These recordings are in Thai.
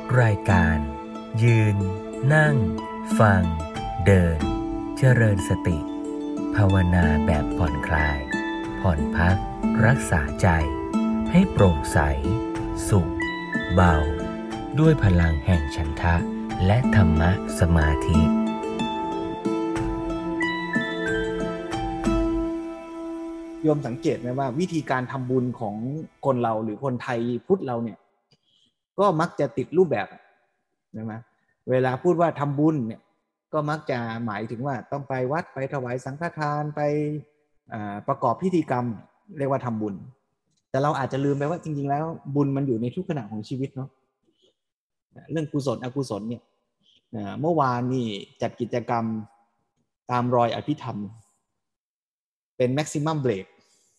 รายการยืนนั่งฟังเดินเจริญสติภาวนาแบบผ่อนคลายผ่อนพักรักษาใจให้โปร่งใสสุขเบาด้วยพลังแห่งฉันทะและธรรมะสมาธิโยมสังเกตไหมว่าวิธีการทำบุญของคนเราหรือคนไทยพุทธเราเนี่ยก็มักจะติดรูปแบบใช่ไหมเวลาพูดว่าทำบุญเนี่ยก็มักจะหมายถึงว่าต้องไปวัดไปถวายสังฆทานไปประกอบพิธีกรรมเรียกว่าทำบุญแต่เราอาจจะลืมไปว่าจริงๆแล้วบุญมันอยู่ในทุกขณะของชีวิตเนาะเรื่องกุศลอกุศลเนี่ยเมื่อวานนี่จัดกิจกรรมตามรอยอภิธรรมเป็นแม็กซิมัมเบรก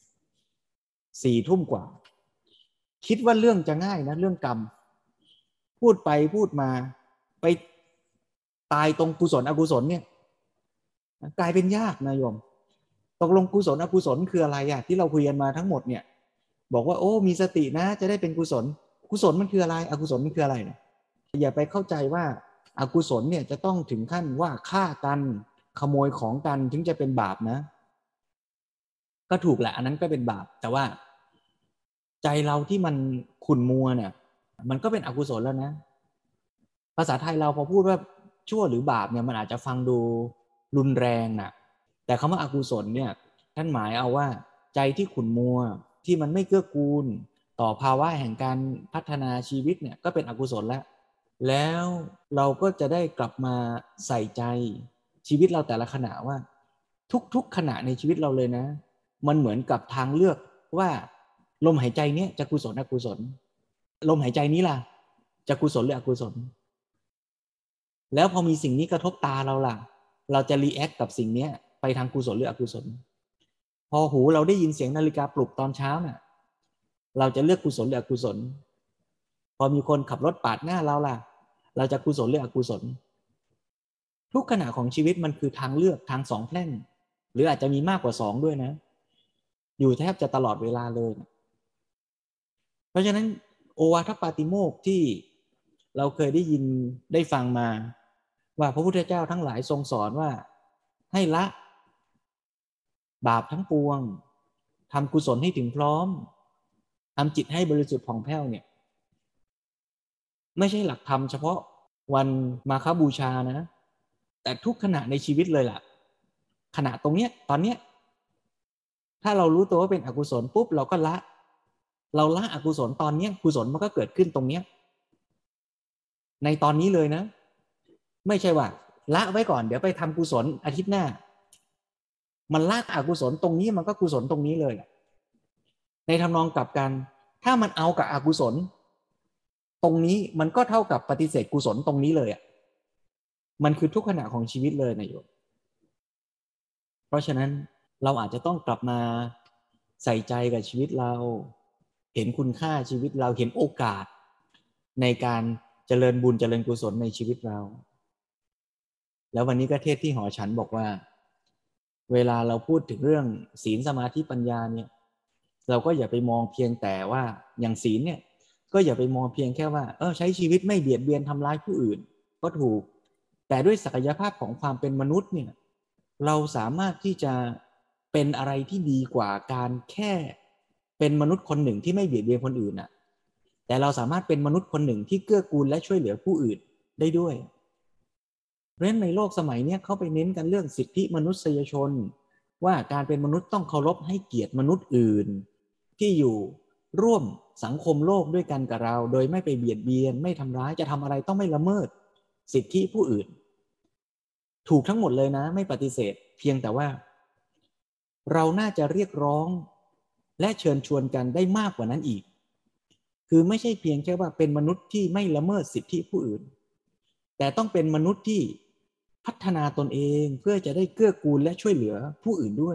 4 ทุ่มกว่าคิดว่าเรื่องจะง่ายนะเรื่องกรรมพูดไปพูดมาไปตายตรงกุศลอกุศลเนี่ยกลายเป็นยากนะโยมตกลงกุศลอกุศลคืออะไรอ่ะที่เราคุยกันมาทั้งหมดเนี่ยบอกว่าโอ้มีสตินะจะได้เป็นกุศลกุศลมันคืออะไรอกุศลมันคืออะไรนะอย่าไปเข้าใจว่าอกุศลเนี่ยจะต้องถึงขั้นว่าฆ่ากันขโมยของกันถึงจะเป็นบาปนะก็ถูกแหละอันนั้นก็เป็นบาปแต่ว่าใจเราที่มันขุ่นมัวเนี่ยมันก็เป็นอกุศลแล้วนะภาษาไทยเราพอพูดว่าชั่วหรือบาปเนี่ยมันอาจจะฟังดูรุนแรงนะแต่คำว่าอกุศลเนี่ยท่านหมายเอาว่าใจที่ขุ่นมัวที่มันไม่เกื้อกูลต่อภาวะแห่งการพัฒนาชีวิตเนี่ยก็เป็นอกุศลแล้วเราก็จะได้กลับมาใส่ใจชีวิตเราแต่ละขณะว่าทุกๆขณะในชีวิตเราเลยนะมันเหมือนกับทางเลือกว่าลมหายใจเนี้ยจะกุศลอกุศลลมหายใจนี้ล่ะจะกุศลหรืออกุศลแล้วพอมีสิ่งนี้กระทบตาเราล่ะเราจะรีแอคกับสิ่งนี้ไปทางกุศลหรืออกุศลพอหูเราได้ยินเสียงนาฬิกาปลุกตอนเช้าน่ะเราจะเลือกกุศลหรืออกุศลพอมีคนขับรถปาดหน้าเราล่ะเราจะกุศลหรืออกุศลทุกขณะของชีวิตมันคือทางเลือกทาง2 แพร่งหรืออาจจะมีมากกว่า2ด้วยนะอยู่แทบจะตลอดเวลาเลยเพราะฉะนั้นโอวาทปาติโมกข์ที่เราเคยได้ยินได้ฟังมาว่าพระพุทธเจ้าทั้งหลายทรงสอนว่าให้ละบาปทั้งปวงทำกุศลให้ถึงพร้อมทำจิตให้บริสุทธิ์ผ่องแผ้วเนี่ยไม่ใช่หลักธรรมเฉพาะวันมาฆบูชานะแต่ทุกขณะในชีวิตเลยล่ะขณะตรงเนี้ยตอนเนี้ยถ้าเรารู้ตัวว่าเป็นอกุศลปุ๊บเราก็ละอกุศลตอนนี้กุศลมันก็เกิดขึ้นตรงเนี้ยในตอนนี้เลยนะไม่ใช่ว่าละไว้ก่อนเดี๋ยวไปทำกุศลอาทิตย์หน้ามันละอกุศลตรงนี้มันก็กุศลตรงนี้เลยในทำนองกลับกันถ้ามันเอากับอกุศลตรงนี้มันก็เท่ากับปฏิเสธกุศลตรงนี้เลยมันคือทุกขณะของชีวิตเลยนะโยมเพราะฉะนั้นเราอาจจะต้องกลับมาใส่ใจกับชีวิตเราเห็นคุณค่าชีวิตเราเห็นโอกาสในการเจริญบุญเจริญกุศลในชีวิตเราแล้ววันนี้ก็เทศที่หอฉันบอกว่าเวลาเราพูดถึงเรื่องศีลสมาธิปัญญาเนี่ยเราก็อย่าไปมองเพียงแต่ว่าอย่างศีลเนี่ยก็อย่าไปมองเพียงแค่ว่าใช้ชีวิตไม่เบียดเบียนทำร้ายผู้อื่นก็ถูกแต่ด้วยศักยภาพของความเป็นมนุษย์เนี่ยเราสามารถที่จะเป็นอะไรที่ดีกว่าการแค่เป็นมนุษย์คนหนึ่งที่ไม่เบียดเบียนคนอื่นแต่เราสามารถเป็นมนุษย์คนหนึ่งที่เกื้อกูลและช่วยเหลือผู้อื่นได้ด้วยเพราะฉะนั้นในโลกสมัยนี้เขาไปเน้นกันเรื่องสิทธิมนุษยชนว่าการเป็นมนุษย์ต้องเคารพให้เกียรติมนุษย์อื่นที่อยู่ร่วมสังคมโลกด้วยกันกับเราโดยไม่ไปเบียดเบียนไม่ทำร้ายจะทำอะไรต้องไม่ละเมิดสิทธิผู้อื่นถูกทั้งหมดเลยนะไม่ปฏิเสธเพียงแต่ว่าเราน่าจะเรียกร้องและเชิญชวนกันได้มากกว่านั้นอีกคือไม่ใช่เพียงแค่ว่าเป็นมนุษย์ที่ไม่ละเมิดสิทธิผู้อื่นแต่ต้องเป็นมนุษย์ที่พัฒนาตนเองเพื่อจะได้เกื้อกูลและช่วยเหลือผู้อื่นด้วย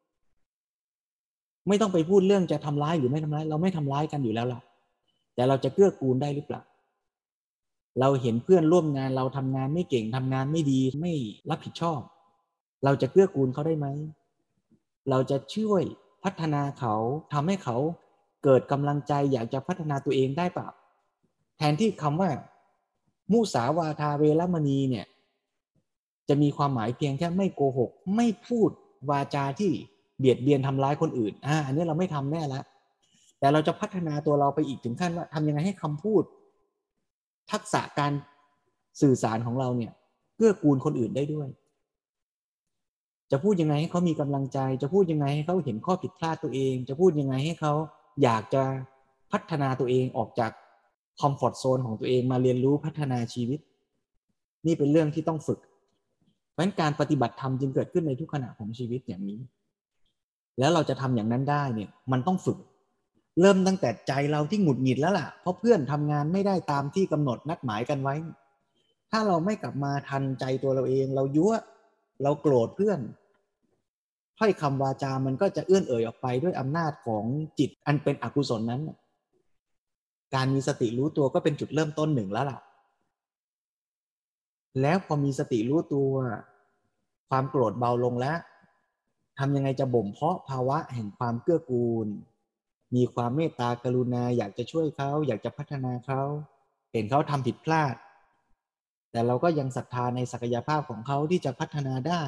ไม่ต้องไปพูดเรื่องจะทำร้ายหรือไม่ทำร้ายเราไม่ทำร้ายกันอยู่แล้วล่ะแต่เราจะเกื้อกูลได้หรือเปล่าเราเห็นเพื่อนร่วมงานเราทำงานไม่เก่งทำงานไม่ดีไม่รับผิดชอบเราจะเกื้อกูลเขาได้ไหมเราจะช่วยพัฒนาเขาทำให้เขาเกิดกำลังใจอยากจะพัฒนาตัวเองได้เปล่าแทนที่คำว่ามุสาวาทาเวรมณีเนี่ยจะมีความหมายเพียงแค่ไม่โกหกไม่พูดวาจาที่เบียดเบียนทำร้ายคนอื่นอันนี้เราไม่ทำแน่แล้วแต่เราจะพัฒนาตัวเราไปอีกถึงขั้นว่าทำยังไงให้คำพูดทักษะการสื่อสารของเราเนี่ยเกื้อกูลคนอื่นได้ด้วยจะพูดยังไงให้เขามีกำลังใจจะพูดยังไงให้เขาเห็นข้อผิดพลาดตัวเองจะพูดยังไงให้เขาอยากจะพัฒนาตัวเองออกจากคอมฟอร์ตโซนของตัวเองมาเรียนรู้พัฒนาชีวิตนี่เป็นเรื่องที่ต้องฝึกเพราะฉะนั้นการปฏิบัติธรรมจึงเกิดขึ้นในทุกขณะของชีวิตอย่างนี้แล้วเราจะทำอย่างนั้นได้เนี่ยมันต้องฝึกเริ่มตั้งแต่ใจเราที่หงุดหงิดแล้วล่ะเพราะเพื่อนทำงานไม่ได้ตามที่กำหนดนัดหมายกันไว้ถ้าเราไม่กลับมาทันใจตัวเราเองเรายั่วเราโกรธเพื่อนถ้อยคำวาจามันก็จะเอื้อนเอ่ยออกไปด้วยอำนาจของจิตอันเป็นอกุศลนั้นการมีสติรู้ตัวก็เป็นจุดเริ่มต้นหนึ่งแล้วล่ะแล้วพอมีสติรู้ตัวความโกรธเบาลงแล้วทำยังไงจะบ่มเพาะภาวะแห่งความเกื้อกูลมีความเมตตากรุณาอยากจะช่วยเขาอยากจะพัฒนาเขาเห็นเขาทำผิดพลาดแต่เราก็ยังศรัทธาในศักยภาพของเขาที่จะพัฒนาได้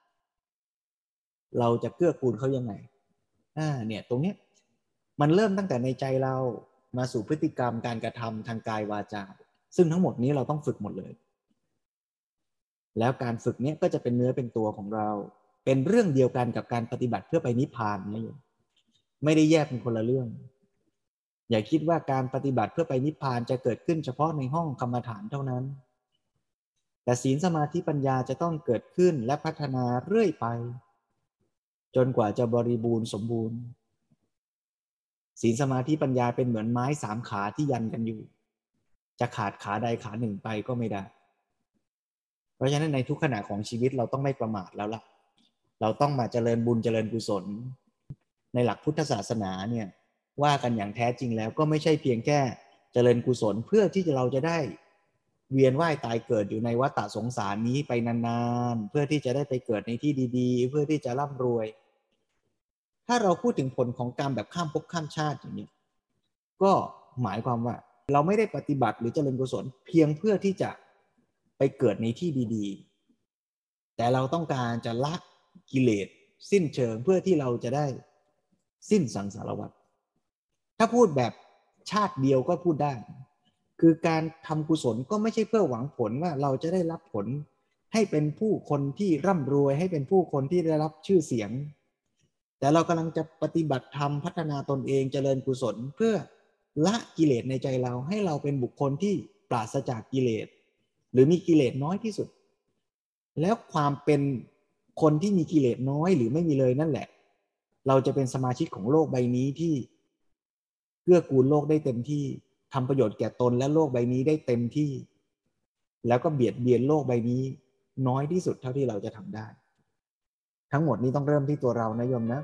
เราจะเกื้อกูลเขายังไงเนี่ยตรงเนี้ยมันเริ่มตั้งแต่ในใจเรามาสู่พฤติกรรมการกระทำทางกายวาจาซึ่งทั้งหมดนี้เราต้องฝึกหมดเลยแล้วการฝึกเนี้ยก็จะเป็นเนื้อเป็นตัวของเราเป็นเรื่องเดียวกันกับการปฏิบัติเพื่อไปนิพพานนะโยมไม่ได้แยกเป็นคนละเรื่องอย่าคิดว่าการปฏิบัติเพื่อไปนิพพานจะเกิดขึ้นเฉพาะในห้องกรรมฐานเท่านั้นแต่ศีลสมาธิปัญญาจะต้องเกิดขึ้นและพัฒนาเรื่อยไปจนกว่าจะบริบูรณ์สมบูรณ์ศีลสมาธิปัญญาเป็นเหมือนไม้สามขาที่ยันกันอยู่จะขาดขาใดขาหนึ่งไปก็ไม่ได้เพราะฉะนั้นในทุกขณะของชีวิตเราต้องไม่ประมาทแล้วล่ะเราต้องมาเจริญบุญเจริญกุศลในหลักพุทธศาสนาเนี่ยว่ากันอย่างแท้จริงแล้วก็ไม่ใช่เพียงแค่เจริญกุศลเพื่อที่เราจะได้เวียนว่ายตายเกิดอยู่ในวัฏฏะสงสารนี้ไปนานๆเพื่อที่จะได้ไปเกิดในที่ดีๆเพื่อที่จะร่ำรวยถ้าเราพูดถึงผลของกรรมแบบข้ามภพข้ามชาติอย่างนี้ก็หมายความว่าเราไม่ได้ปฏิบัติหรือเจริญกุศลเพียงเพื่อที่จะไปเกิดในที่ดีๆแต่เราต้องการจะละกิเลสสิ้นเชิงเพื่อที่เราจะได้สิ้นสังสารวัฏถ้าพูดแบบชาติเดียวก็พูดได้คือการทำกุศลก็ไม่ใช่เพื่อหวังผลว่าเราจะได้รับผลให้เป็นผู้คนที่ร่ำรวยให้เป็นผู้คนที่ได้รับชื่อเสียงแต่เรากำลังจะปฏิบัติธรรมพัฒนาตนเองเจริญกุศลเพื่อละกิเลสในใจเราให้เราเป็นบุคคลที่ปราศจากกิเลสหรือมีกิเลสน้อยที่สุดแล้วความเป็นคนที่มีกิเลสน้อยหรือไม่มีเลยนั่นแหละเราจะเป็นสมาชิกของโลกใบนี้ที่เกื้อกูลโลกได้เต็มที่ทำประโยชน์แก่ตนและโลกใบนี้ได้เต็มที่แล้วก็เบียดเบียนโลกใบนี้น้อยที่สุดเท่าที่เราจะทำได้ทั้งหมดนี้ต้องเริ่มที่ตัวเรานะโยมนะ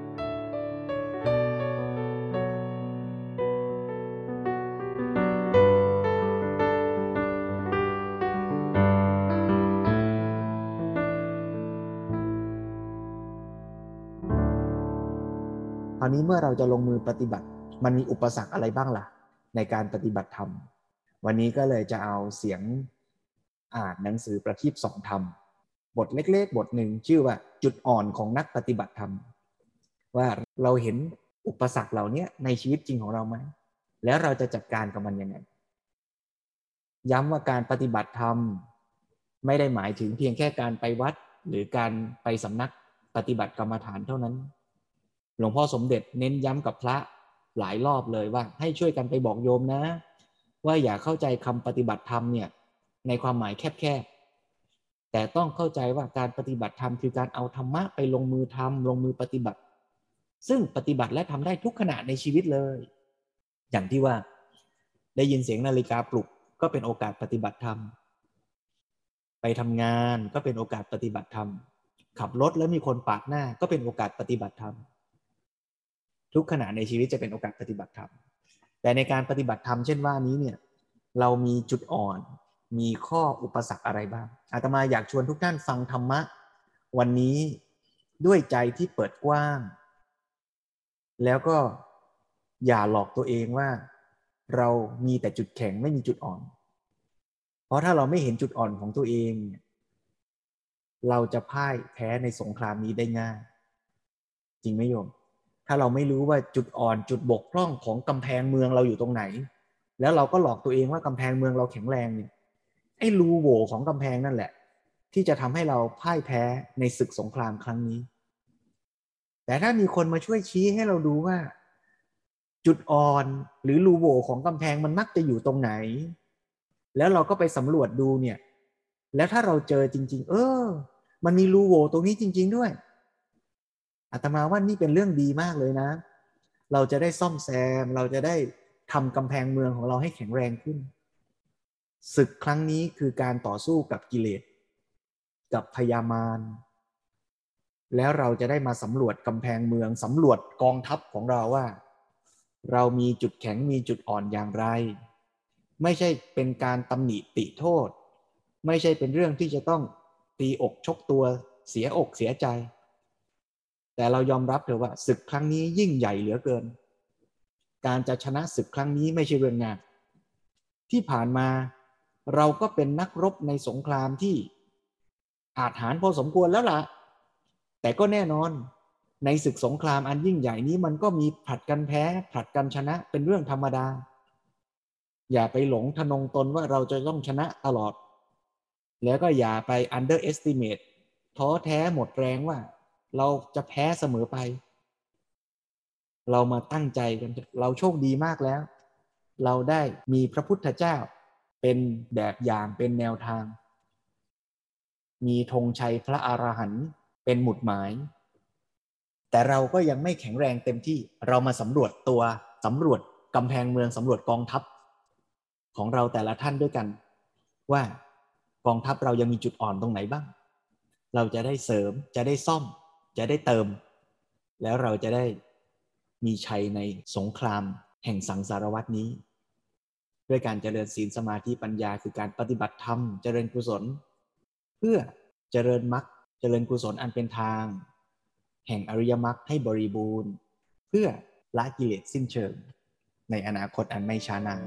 คราวนี้เมื่อเราจะลงมือปฏิบัติมันมีอุปสรรคอะไรบ้างล่ะในการปฏิบัติธรรมวันนี้ก็เลยจะเอาเสียงอ่านหนังสือประทีปส่องธรรมบทเล็กๆบทหนึ่งชื่อว่าจุดอ่อนของนักปฏิบัติธรรมว่าเราเห็นอุปสรรคเหล่านี้ในชีวิตจริงของเราไหมแล้วเราจะจัดการกับมันยังไงย้ำว่าการปฏิบัติธรรมไม่ได้หมายถึงเพียงแค่การไปวัดหรือการไปสำนักปฏิบัติกรรมฐานเท่านั้นหลวงพ่อสมเด็จเน้นย้ำกับพระหลายรอบเลยว่าให้ช่วยกันไปบอกโยมนะว่าอย่าเข้าใจคำปฏิบัติธรรมเนี่ยในความหมายแคบๆแต่ต้องเข้าใจว่าการปฏิบัติธรรมคือการเอาธรรมะไปลงมือทำลงมือปฏิบัติซึ่งปฏิบัติและทำได้ทุกขณะในชีวิตเลยอย่างที่ว่าได้ยินเสียงนาฬิกาปลุกก็เป็นโอกาสปฏิบัติธรรมไปทำงานก็เป็นโอกาสปฏิบัติธรรมขับรถแล้วมีคนปาดหน้าก็เป็นโอกาสปฏิบัติธรรมทุกขณะในชีวิตจะเป็นโอกาสปฏิบัติธรรมแต่ในการปฏิบัติธรรมเช่นว่านี้เนี่ยเรามีจุดอ่อนมีข้ออุปสรรคอะไรบ้างอาตมาอยากชวนทุกท่านฟังธรรมะวันนี้ด้วยใจที่เปิดกว้างแล้วก็อย่าหลอกตัวเองว่าเรามีแต่จุดแข็งไม่มีจุดอ่อนเพราะถ้าเราไม่เห็นจุดอ่อนของตัวเองเราจะพ่ายแพ้ในสงครามนี้ได้ง่ายจริงไหมโยมถ้าเราไม่รู้ว่าจุดอ่อนจุดบกพร่องของกำแพงเมืองเราอยู่ตรงไหนแล้วเราก็หลอกตัวเองว่ากำแพงเมืองเราแข็งแรงเนี่ยไอ้รูโหว่ของกำแพงนั่นแหละที่จะทำให้เราพ่ายแพ้ในศึกสงครามครั้งนี้แต่ถ้ามีคนมาช่วยชี้ให้เราดูว่าจุดอ่อนหรือรูโหว่ของกำแพงมันมักจะอยู่ตรงไหนแล้วเราก็ไปสำรวจดูเนี่ยแล้วถ้าเราเจอจริงๆมันมีรูโหว่ตรงนี้จริงๆด้วยอาตมาว่านี่เป็นเรื่องดีมากเลยนะเราจะได้ซ่อมแซมเราจะได้ทำกำแพงเมืองของเราให้แข็งแรงขึ้นศึกครั้งนี้คือการต่อสู้กับกิเลสกับพยามารแล้วเราจะได้มาสำรวจกำแพงเมืองสำรวจกองทัพของเราว่าเรามีจุดแข็งมีจุดอ่อนอย่างไรไม่ใช่เป็นการตำหนิติโทษไม่ใช่เป็นเรื่องที่จะต้องตีอกชกตัวเสียอกเสียใจแต่เรายอมรับเถอะว่าศึกครั้งนี้ยิ่งใหญ่เหลือเกินการจะชนะศึกครั้งนี้ไม่ใช่เรื่องง่ายที่ผ่านมาเราก็เป็นนักรบในสงครามที่อาจหาญพอสมควรแล้วล่ะแต่ก็แน่นอนในศึกสงครามอันยิ่งใหญ่นี้มันก็มีผลัดกันแพ้ผลัดกันชนะเป็นเรื่องธรรมดาอย่าไปหลงทะนงตนว่าเราจะต้องชนะตลอดแล้วก็อย่าไป underestimate ท้อแท้หมดแรงว่าเราจะแพ้เสมอไปเรามาตั้งใจกันเราโชคดีมากแล้วเราได้มีพระพุทธเจ้าเป็นแบบอย่างเป็นแนวทางมีธงชัยพระอรหันต์เป็นหมุดหมายแต่เราก็ยังไม่แข็งแรงเต็มที่เรามาสำรวจตัวสำรวจกำแพงเมืองสำรวจกองทัพของเราแต่ละท่านด้วยกันว่ากองทัพเรายังมีจุดอ่อนตรงไหนบ้างเราจะได้เสริมจะได้ซ่อมจะได้เติมแล้วเราจะได้มีชัยในสงครามแห่งสังสารวัฏนี้ด้วยการเจริญศีลสมาธิปัญญาคือการปฏิบัติธรรมเจริญกุศลเพื่อเจริญมรรคเจริญกุศลอันเป็นทางแห่งอริยมรรคให้บริบูรณ์เพื่อละกิเลสสิ้นเชิงในอนาคตอันไม่ช้านาน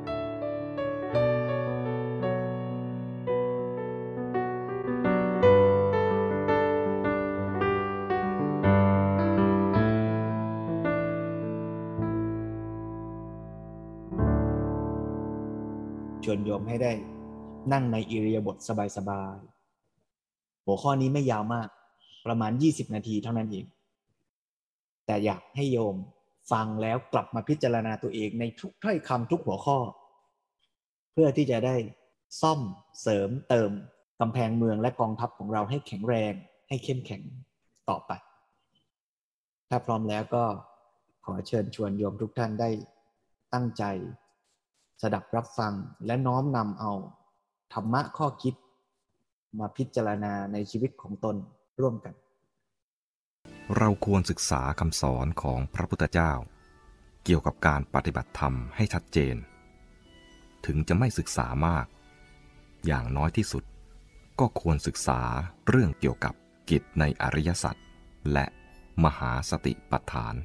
ชวนโยมให้ได้นั่งในอิริยาบถสบายๆหัวข้อนี้ไม่ยาวมากประมาณ20นาทีเท่านั้นเองแต่อยากให้โยมฟังแล้วกลับมาพิจารณาตัวเองในทุกถ้อยคำทุกหัวข้อเพื่อที่จะได้ซ่อมเสริมเติมกำแพงเมืองและกองทัพของเราให้แข็งแรงให้เข้มแข็งต่อไปถ้าพร้อมแล้วก็ขอเชิญชวนโยมทุกท่านได้ตั้งใจสดับรับฟังและน้อมนำเอาธรรมะข้อคิดมาพิจารณาในชีวิตของตนร่วมกันเราควรศึกษาคำสอนของพระพุทธเจ้าเกี่ยวกับการปฏิบัติธรรมให้ชัดเจนถึงจะไม่ศึกษามากอย่างน้อยที่สุดก็ควรศึกษาเรื่องเกี่ยวกับกิจในอริยสัจและมหาสติปัฏฐาน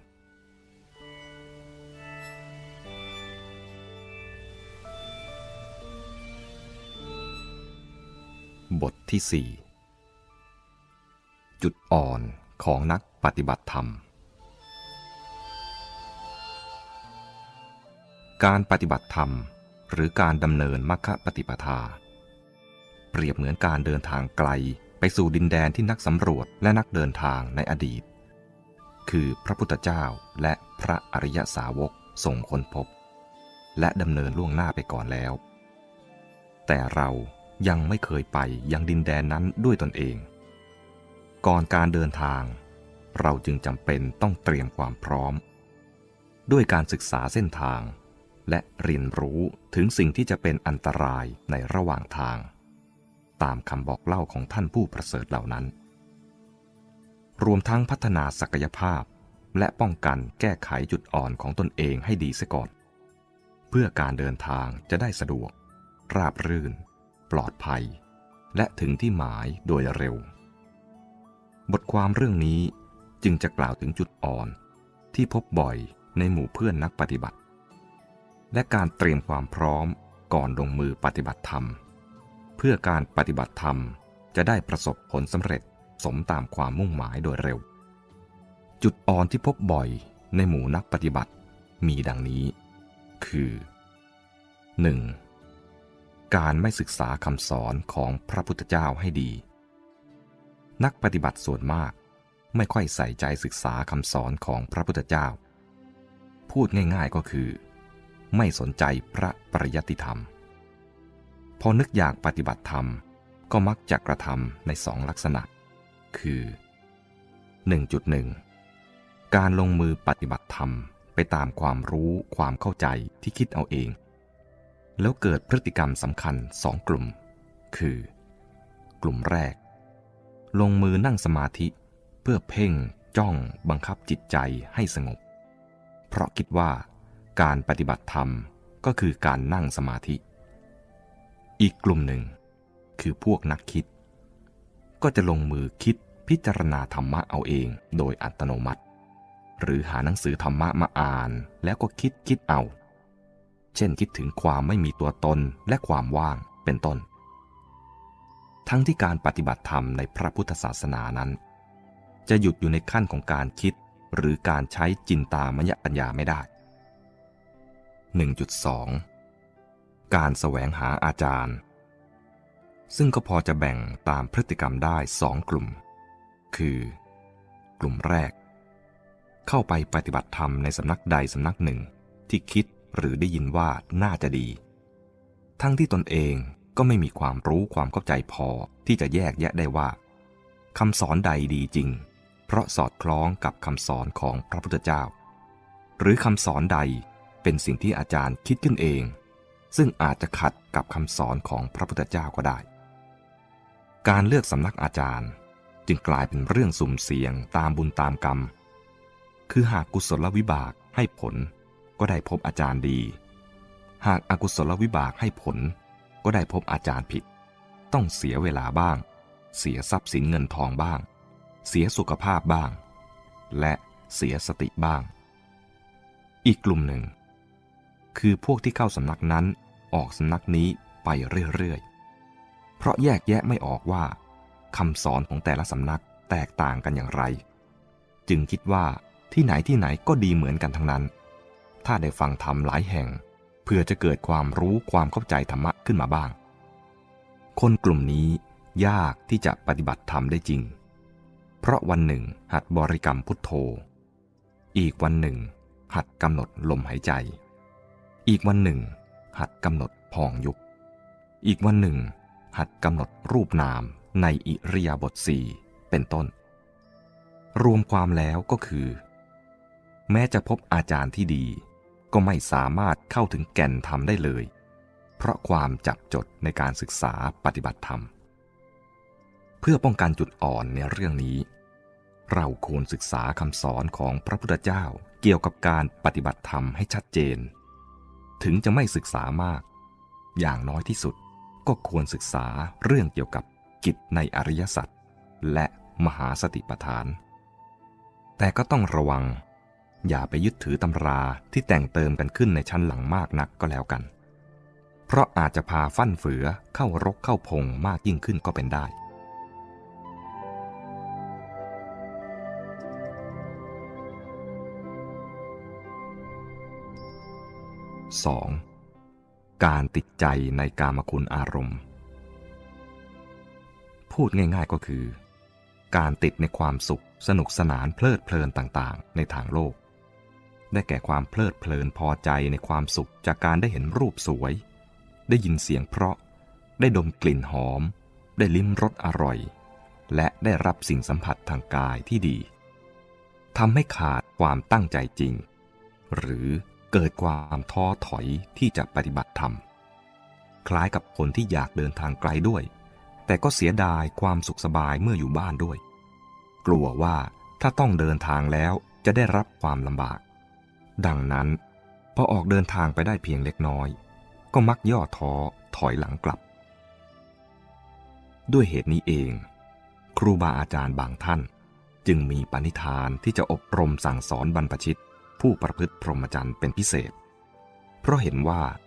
บทที่ 4 จุดอ่อนของนักปฏิบัติธรรมการปฏิบัติธรรมหรือการดำเนินมรรคปฏิปทาเปรียบเหมือนการเดินทางไกลไปสู่ดินแดนที่นักสำรวจและนักเดินทางในอดีตคือพระพุทธเจ้าและพระอริยสาวกส่งค้นพบและดำเนินล่วงหน้าไปก่อนแล้วแต่เรายังไม่เคยไปยังดินแดนนั้นด้วยตนเองก่อนการเดินทางเราจึงจำเป็นต้องเตรียมความพร้อมด้วยการศึกษาเส้นทางและเรียนรู้ถึงสิ่งที่จะเป็นอันตรายในระหว่างทางตามคำบอกเล่าของท่านผู้ประเสริฐเหล่านั้นรวมทั้งพัฒนาศักยภาพและป้องกันแก้ไขจุดอ่อนของตนเองให้ดีเสียก่อนเพื่อการเดินทางจะได้สะดวกราบรื่นปลอดภัยและถึงที่หมายโดยเร็วบทความเรื่องนี้จึงจะกล่าวถึงจุดอ่อนที่พบบ่อยในหมู่เพื่อนนักปฏิบัติและการเตรียมความพร้อมก่อนลงมือปฏิบัติธรรมพื่อการปฏิบัติธรรมจะได้ประสบผลสำเร็จสมตามความมุ่งหมายโดยเร็วจุดอ่อนที่พบบ่อยในหมู่นักปฏิบัติมีดังนี้คือ 1. การไม่ศึกษาคำสอนของพระพุทธเจ้าให้ดีนักปฏิบัติส่วนมากไม่ค่อยใส่ใจศึกษาคำสอนของพระพุทธเจ้าพูดง่ายๆก็คือไม่สนใจพระปริยัติธรรมพอนึกอยากปฏิบัติธรรมก็มักจะกระทำใน2 ลักษณะคือ 1.1 การลงมือปฏิบัติธรรมไปตามความรู้ความเข้าใจที่คิดเอาเองแล้วเกิดพฤติกรรมสำคัญ2 กลุ่มคือกลุ่มแรกลงมือนั่งสมาธิเพื่อเพ่งจ้องบังคับจิตใจให้สงบเพราะคิดว่าการปฏิบัติธรรมก็คือการนั่งสมาธิอีกกลุ่มหนึ่งคือพวกนักคิดก็จะลงมือคิดพิจารณาธรรมะเอาเองโดยอัตโนมัติหรือหาหนังสือธรรมะมาอ่านแล้วก็คิดเอาเช่นคิดถึงความไม่มีตัวตนและความว่างเป็นต้นทั้งที่การปฏิบัติธรรมในพระพุทธศาสนานั้นจะหยุดอยู่ในขั้นของการคิดหรือการใช้จินตามยปัญญาไม่ได้ 1.2 การแสวงหาอาจารย์ซึ่งก็พอจะแบ่งตามพฤติกรรมได้2 กลุ่มคือกลุ่มแรกเข้าไปปฏิบัติธรรมในสำนักใดสำนักหนึ่งที่คิดหรือได้ยินว่าน่าจะดีทั้งที่ตนเองก็ไม่มีความรู้ความเข้าใจพอที่จะแยกแยะได้ว่าคำสอนใดดีจริงเพราะสอดคล้องกับคำสอนของพระพุทธเจ้าหรือคำสอนใดเป็นสิ่งที่อาจารย์คิดขึ้นเองซึ่งอาจจะขัดกับคำสอนของพระพุทธเจ้าก็ได้การเลือกสำนักอาจารย์จึงกลายเป็นเรื่องสุ่มเสี่ยงตามบุญตามกรรมคือหากกุศลวิบากให้ผลก็ได้พบอาจารย์ดีหากอกุศลวิบากให้ผลก็ได้พบอาจารย์ผิดต้องเสียเวลาบ้างเสียทรัพย์สินเงินทองบ้างเสียสุขภาพบ้างและเสียสติบ้างอีกกลุ่มหนึ่งคือพวกที่เข้าสำนักนั้นออกสำนักนี้ไปเรื่อยๆเพราะแยกแยะไม่ออกว่าคำสอนของแต่ละสำนักแตกต่างกันอย่างไรจึงคิดว่าที่ไหนก็ดีเหมือนกันทั้งนั้นถ้าได้ฟังธรรมหลายแห่งเพื่อจะเกิดความรู้ความเข้าใจธรรมะขึ้นมาบ้างคนกลุ่มนี้ยากที่จะปฏิบัติธรรมได้จริงเพราะวันหนึ่งหัดบริกรรมพุทโธอีกวันหนึ่งหัดกำหนดลมหายใจอีกวันหนึ่งหัดกำหนดพองยุบอีกวันหนึ่งหัดกำหนดรูปนามในอิริยาบถ4เป็นต้นรวมความแล้วก็คือแม้จะพบอาจารย์ที่ดีก็ไม่สามารถเข้าถึงแก่นธรรมได้เลยเพราะความจับจดในการศึกษาปฏิบัติธรรมเพื่อป้องกันจุดอ่อนในเรื่องนี้เราควรศึกษาคำสอนของพระพุทธเจ้าเกี่ยวกับการปฏิบัติธรรมให้ชัดเจนถึงจะไม่ศึกษามากอย่างน้อยที่สุดก็ควรศึกษาเรื่องเกี่ยวกับกิจในอริยสัจและมหาสติปัฏฐานแต่ก็ต้องระวังอย่าไปยึดถือตำราที่แต่งเติมกันขึ้นในชั้นหลังมากนักก็แล้วกันเพราะอาจจะพาฟั่นเฟือเข้ารกเข้าพงมากยิ่งขึ้นก็เป็นได้2. การติดใจในกามคุณอารมณ์พูดง่ายๆก็คือการติดในความสุขสนุกสนานเพลิดเพลินต่างๆในทางโลกได้แก่ความเพลิดเพลินพอใจในความสุขจากการได้เห็นรูปสวยได้ยินเสียงเพราะได้ดมกลิ่นหอมได้ลิ้มรสอร่อยและได้รับสิ่งสัมผัสทางกายที่ดีทำให้ขาดความตั้งใจจริงหรือเกิดความท้อถอยที่จะปฏิบัติธรรมคล้ายกับคนที่อยากเดินทางไกลด้วยแต่ก็เสียดายความสุขสบายเมื่ออยู่บ้านด้วยกลัวว่าถ้าต้องเดินทางแล้วจะได้รับความลำบากดังนั้นพอออกเดินทางไปได้เพียงเล็กน้อยก็มักย่อท้อถอยหลังกลับด้วยเหตุนี้เองครูบาอาจารย์บางท่านจึงมีปณิธานที่จะอบรมสั่งสอนบรรพชิตผู้ประพฤติพรหมจรรย์เป็นพิเศษเพราะเห็นว่า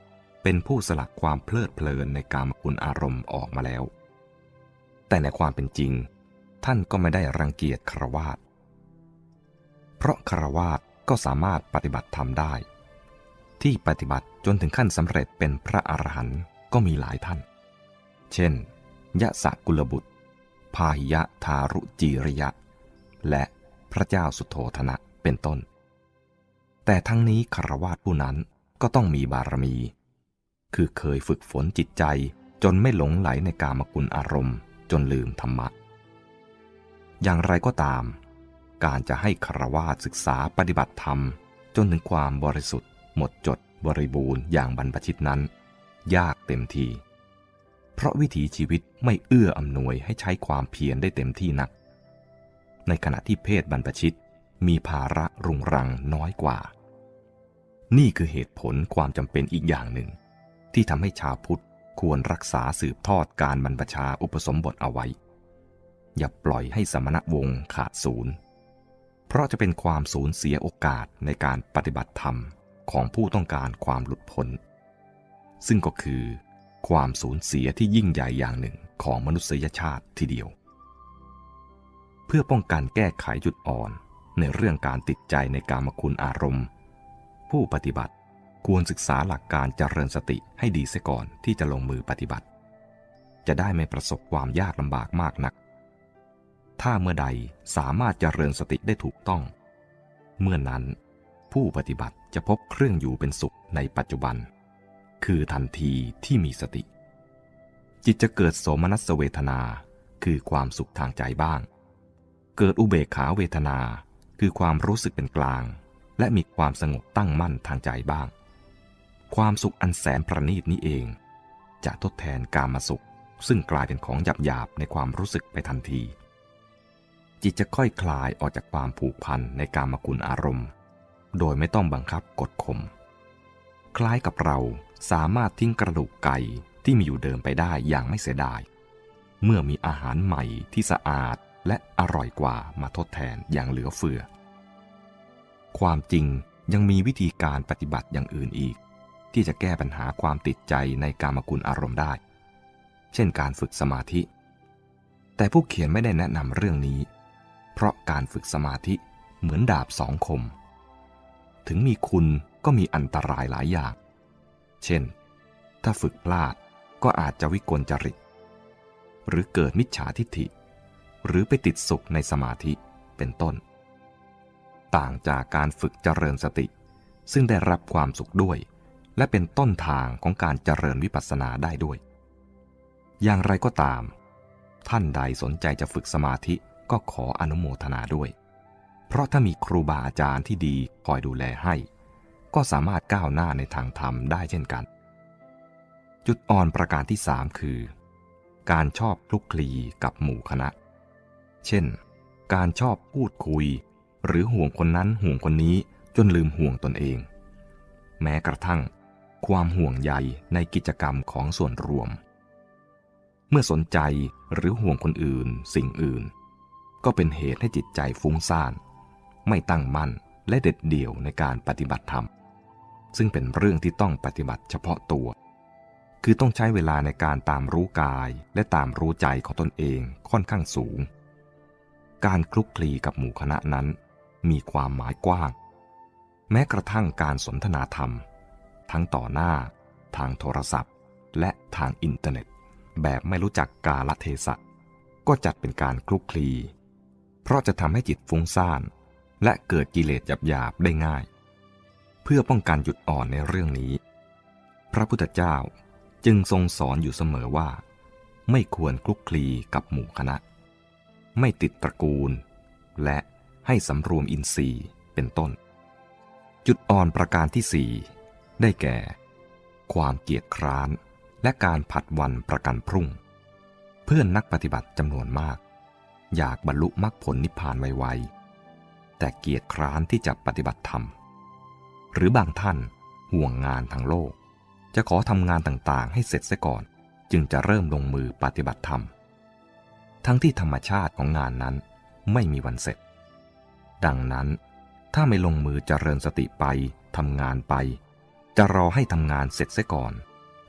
เป็นผู้สลัดความเพลิดเพลินในกามคุณอารมณ์ออกมาแล้วแต่ในความเป็นจริงท่านก็ไม่ได้รังเกียจฆราวาสเพราะฆราวาสก็สามารถปฏิบัติธรรมได้ที่ปฏิบัติจนถึงขั้นสำเร็จเป็นพระอรหันต์ก็มีหลายท่านเช่นยะสะกุลบุตรพาหิยะทารุจีริยะและพระเจ้าสุโธทนะเป็นต้นแต่ทั้งนี้ฆราวาสผู้นั้นก็ต้องมีบารมีคือเคยฝึกฝนจิตใจจนไม่หลงไหลในกามคุณอารมณ์จนลืมธรรมะอย่างไรก็ตามการจะให้ฆราวาสศึกษาปฏิบัติธรรมจนถึงความบริสุทธิ์หมดจดบริบูรณ์อย่างบรรพชิตนั้นยากเต็มทีเพราะวิถีชีวิตไม่เอื้ออำนวยให้ใช้ความเพียรได้เต็มที่นักในขณะที่เพศบรรพชิตมีภาระรุงรังน้อยกว่านี่คือเหตุผลความจำเป็นอีกอย่างหนึ่งที่ทำให้ชาวพุทธควรรักษาสืบทอดการบรรพชาอุปสมบทเอาไว้อย่าปล่อยให้สมณวงศ์ขาดศูนย์เพราะจะเป็นความสูญเสียโอกาสในการปฏิบัติธรรมของผู้ต้องการความหลุดพ้นซึ่งก็คือความสูญเสียที่ยิ่งใหญ่อย่างหนึ่งของมนุษยชาติทีเดียวเพื่อป้องกันแก้ไขจุดอ่อนในเรื่องการติดใจในกามคุณอารมณ์ผู้ปฏิบัติควรศึกษาหลักการเจริญสติให้ดีเสียก่อนที่จะลงมือปฏิบัติจะได้ไม่ประสบความยากลำบากมากนักถ้าเมื่อใดสามารถเจริญสติได้ถูกต้องเมื่อนั้นผู้ปฏิบัติจะพบเครื่องอยู่เป็นสุขในปัจจุบันคือทันทีที่มีสติจิตจะเกิดโสมนัสเวทนาคือความสุขทางใจบ้างเกิดอุเบกขาเวทนาคือความรู้สึกเป็นกลางและมีความสงบตั้งมั่นทางใจบ้างความสุขอันแสนประณีตนี้เองจะทดแทนกามสุขซึ่งกลายเป็นของหยาบๆในความรู้สึกไปทันทีจิตจะค่อยคลายออกจากความผูกพันในกามคุณอารมณ์โดยไม่ต้องบังคับกดข่มคล้ายกับเราสามารถทิ้งกระดูกไก่ที่มีอยู่เดิมไปได้อย่างไม่เสียดายเมื่อมีอาหารใหม่ที่สะอาดและอร่อยกว่ามาทดแทนอย่างเหลือเฟือความจริงยังมีวิธีการปฏิบัติอย่างอื่นอีกที่จะแก้ปัญหาความติดใจในกามคุณอารมณ์ได้เช่นการฝึกสมาธิแต่ผู้เขียนไม่ได้แนะนำเรื่องนี้เพราะการฝึกสมาธิเหมือนดาบสองคมถึงมีคุณก็มีอันตรายหลายอย่างเช่นถ้าฝึกพลาดก็อาจจะวิกลจริตหรือเกิดมิจฉาทิฏฐิหรือไปติดสุขในสมาธิเป็นต้นต่างจากการฝึกเจริญสติซึ่งได้รับความสุขด้วยและเป็นต้นทางของการเจริญวิปัสสนาได้ด้วยอย่างไรก็ตามท่านใดสนใจจะฝึกสมาธิก็ขออนุโมทนาด้วยเพราะถ้ามีครูบาอาจารย์ที่ดีคอยดูแลให้ก็สามารถก้าวหน้าในทางธรรมได้เช่นกันจุดอ่อนประการที่3คือการชอบคลุกคลีกับหมู่คณะเช่นการชอบพูดคุยหรือห่วงคนนั้นห่วงคนนี้จนลืมห่วงตนเองแม้กระทั่งความห่วงใยในกิจกรรมของส่วนรวมเมื่อสนใจหรือห่วงคนอื่นสิ่งอื่นก็เป็นเหตุให้จิตใจฟุ้งซ่านไม่ตั้งมั่นและเด็ดเดี่ยวในการปฏิบัติธรรมซึ่งเป็นเรื่องที่ต้องปฏิบัติเฉพาะตัวคือต้องใช้เวลาในการตามรู้กายและตามรู้ใจของตนเองค่อนข้างสูงการคลุกคลีกับหมู่คณะนั้นมีความหมายกว้างแม้กระทั่งการสนทนาธรรมทั้งต่อหน้าทางโทรศัพท์และทางอินเทอร์เน็ตแบบไม่รู้จักกาลเทศะก็จัดเป็นการคลุกคลีเพราะจะทำให้จิตฟุ้งซ่านและเกิดกิเลสหยาบๆได้ง่ายเพื่อป้องกันจุดอ่อนในเรื่องนี้พระพุทธเจ้าจึงทรงสอนอยู่เสมอว่าไม่ควรคลุกคลีกับหมู่คณะไม่ติดตระกูลและให้สำรวมอินทรีย์เป็นต้นจุดอ่อนประการที่4ได้แก่ความเกียจคร้านและการผัดวันประกันพรุ่งเพื่อนนักปฏิบัติจำนวนมากอยากบรรลุมรรคผลนิพพานไวๆแต่เกียจคร้านที่จะปฏิบัติธรรมหรือบางท่านห่วงงานทางโลกจะขอทำงานต่างๆให้เสร็จเสียก่อนจึงจะเริ่มลงมือปฏิบัติธรรมทั้งที่ธรรมชาติของงานนั้นไม่มีวันเสร็จดังนั้นถ้าไม่ลงมือเจริญสติไปทำงานไปจะรอให้ทำงานเสร็จเสียก่อน